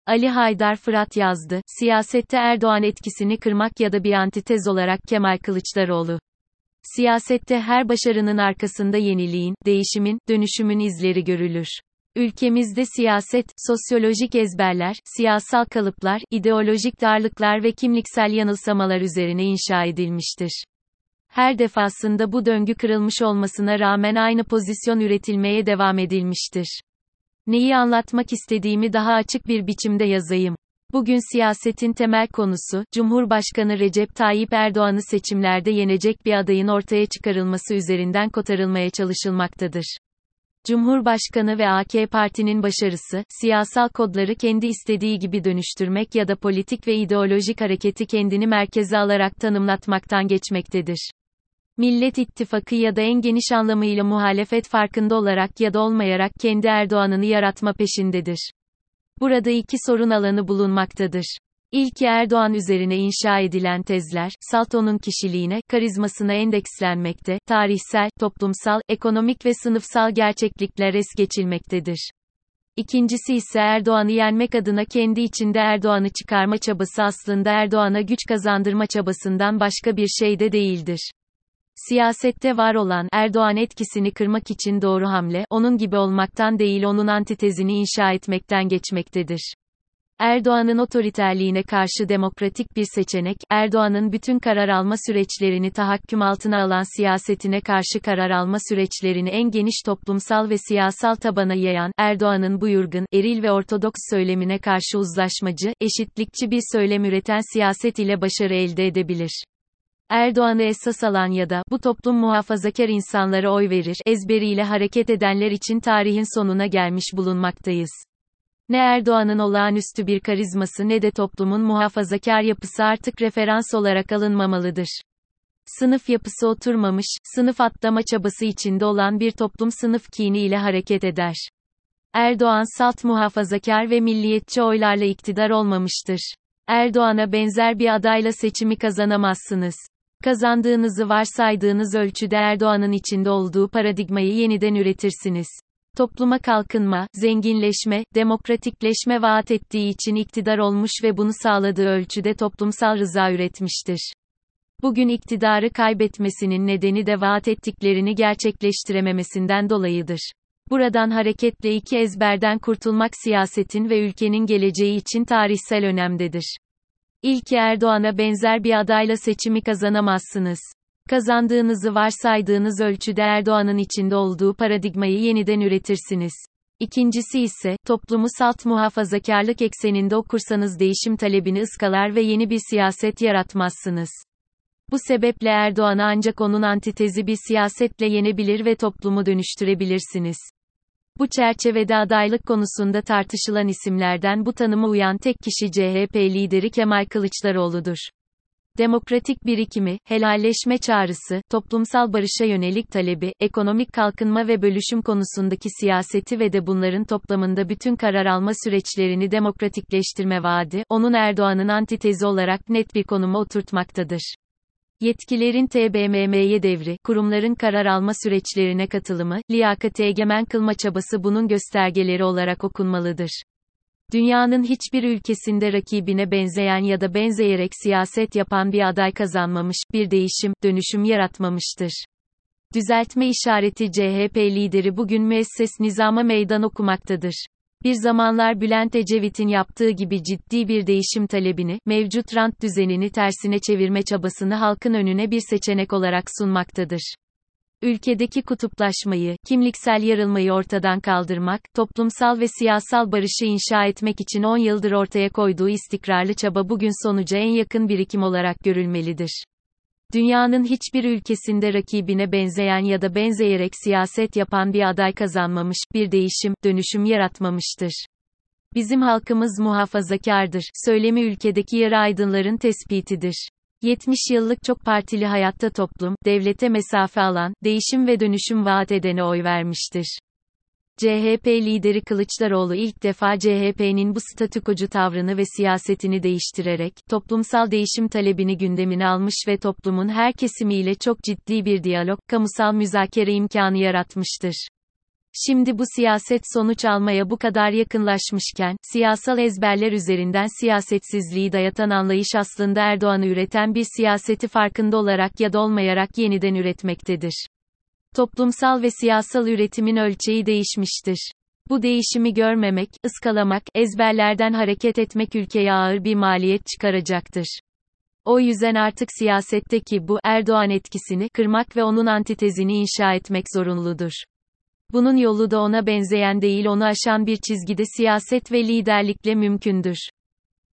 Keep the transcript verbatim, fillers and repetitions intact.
Ali Haydar Fırat yazdı, siyasette Erdoğan etkisini kırmak ya da bir antitez olarak Kemal Kılıçdaroğlu. Siyasette her başarının arkasında yeniliğin, değişimin, dönüşümün izleri görülür. Ülkemizde siyaset, sosyolojik ezberler, siyasal kalıplar, ideolojik darlıklar ve kimliksel yanılsamalar üzerine inşa edilmiştir. Her defasında bu döngü kırılmış olmasına rağmen aynı pozisyon üretilmeye devam edilmiştir. Neyi anlatmak istediğimi daha açık bir biçimde yazayım. Bugün siyasetin temel konusu, Cumhurbaşkanı Recep Tayyip Erdoğan'ı seçimlerde yenecek bir adayın ortaya çıkarılması üzerinden kotarılmaya çalışılmaktadır. Cumhurbaşkanı ve A K Parti'nin başarısı, siyasal kodları kendi istediği gibi dönüştürmek ya da politik ve ideolojik hareketi kendini merkeze alarak tanımlatmaktan geçmektedir. Millet İttifakı ya da en geniş anlamıyla muhalefet farkında olarak ya da olmayarak kendi Erdoğan'ını yaratma peşindedir. Burada iki sorun alanı bulunmaktadır. İlki Erdoğan üzerine inşa edilen tezler, salt onun kişiliğine, karizmasına endekslenmekte, tarihsel, toplumsal, ekonomik ve sınıfsal gerçeklikler es geçilmektedir. İkincisi ise Erdoğan'ı yenmek adına kendi içinde Erdoğan'ı çıkarma çabası aslında Erdoğan'a güç kazandırma çabasından başka bir şey de değildir. Siyasette var olan Erdoğan etkisini kırmak için doğru hamle, onun gibi olmaktan değil onun antitezini inşa etmekten geçmektedir. Erdoğan'ın otoriterliğine karşı demokratik bir seçenek, Erdoğan'ın bütün karar alma süreçlerini tahakküm altına alan siyasetine karşı karar alma süreçlerini en geniş toplumsal ve siyasal tabana yayan, Erdoğan'ın buyurgun, eril ve ortodoks söylemine karşı uzlaşmacı, eşitlikçi bir söylem üreten siyaset ile başarı elde edebilir. Erdoğan'ı esas alan ya da, bu toplum muhafazakar insanlara oy verir, ezberiyle hareket edenler için tarihin sonuna gelmiş bulunmaktayız. Ne Erdoğan'ın olağanüstü bir karizması ne de toplumun muhafazakar yapısı artık referans olarak alınmamalıdır. Sınıf yapısı oturmamış, sınıf atlama çabası içinde olan bir toplum sınıf kini ile hareket eder. Erdoğan salt muhafazakar ve milliyetçi oylarla iktidar olmamıştır. Erdoğan'a benzer bir adayla seçimi kazanamazsınız. Kazandığınızı varsaydığınız ölçüde Erdoğan'ın içinde olduğu paradigmayı yeniden üretirsiniz. Topluma kalkınma, zenginleşme, demokratikleşme vaat ettiği için iktidar olmuş ve bunu sağladığı ölçüde toplumsal rıza üretmiştir. Bugün iktidarı kaybetmesinin nedeni de vaat ettiklerini gerçekleştirememesinden dolayıdır. Buradan hareketle iki ezberden kurtulmak siyasetin ve ülkenin geleceği için tarihsel önemdedir. İlki Erdoğan'a benzer bir adayla seçimi kazanamazsınız. Kazandığınızı varsaydığınız ölçüde Erdoğan'ın içinde olduğu paradigmayı yeniden üretirsiniz. İkincisi ise, toplumu salt muhafazakarlık ekseninde okursanız değişim talebini ıskalar ve yeni bir siyaset yaratmazsınız. Bu sebeple Erdoğan'ı ancak onun antitezi bir siyasetle yenebilir ve toplumu dönüştürebilirsiniz. Bu çerçevede adaylık konusunda tartışılan isimlerden bu tanıma uyan tek kişi C H P lideri Kemal Kılıçdaroğlu'dur. Demokratik birikimi, helalleşme çağrısı, toplumsal barışa yönelik talebi, ekonomik kalkınma ve bölüşüm konusundaki siyaseti ve de bunların toplamında bütün karar alma süreçlerini demokratikleştirme vaadi, onun Erdoğan'ın antitezi olarak net bir konuma oturtmaktadır. Yetkilerin T B M M'ye devri, kurumların karar alma süreçlerine katılımı, liyakati egemen kılma çabası bunun göstergeleri olarak okunmalıdır. Dünyanın hiçbir ülkesinde rakibine benzeyen ya da benzeyerek siyaset yapan bir aday kazanmamış, bir değişim, dönüşüm yaratmamıştır. Düzeltme işareti C H P lideri bugün müesses nizama meydan okumaktadır. Bir zamanlar Bülent Ecevit'in yaptığı gibi ciddi bir değişim talebini, mevcut rant düzenini tersine çevirme çabasını halkın önüne bir seçenek olarak sunmaktadır. Ülkedeki kutuplaşmayı, kimliksel yarılmayı ortadan kaldırmak, toplumsal ve siyasal barışı inşa etmek için on yıldır ortaya koyduğu istikrarlı çaba bugün sonuca en yakın birikim olarak görülmelidir. Dünyanın hiçbir ülkesinde rakibine benzeyen ya da benzeyerek siyaset yapan bir aday kazanmamış, bir değişim, dönüşüm yaratmamıştır. Bizim halkımız muhafazakardır, söylemi ülkedeki yarı aydınların tespitidir. yetmiş yıllık çok partili hayatta toplum, devlete mesafe alan, değişim ve dönüşüm vaat edene oy vermiştir. C H P lideri Kılıçdaroğlu ilk defa C H P'nin bu statükocu tavrını ve siyasetini değiştirerek, toplumsal değişim talebini gündemine almış ve toplumun her kesimiyle çok ciddi bir diyalog, kamusal müzakere imkanı yaratmıştır. Şimdi bu siyaset sonuç almaya bu kadar yakınlaşmışken, siyasal ezberler üzerinden siyasetsizliği dayatan anlayış aslında Erdoğan'ı üreten bir siyaseti farkında olarak ya da olmayarak yeniden üretmektedir. Toplumsal ve siyasal üretimin ölçeği değişmiştir. Bu değişimi görmemek, ıskalamak, ezberlerden hareket etmek ülkeye ağır bir maliyet çıkaracaktır. O yüzden artık siyasetteki bu Erdoğan etkisini kırmak ve onun antitezini inşa etmek zorunludur. Bunun yolu da ona benzeyen değil onu aşan bir çizgide siyaset ve liderlikle mümkündür.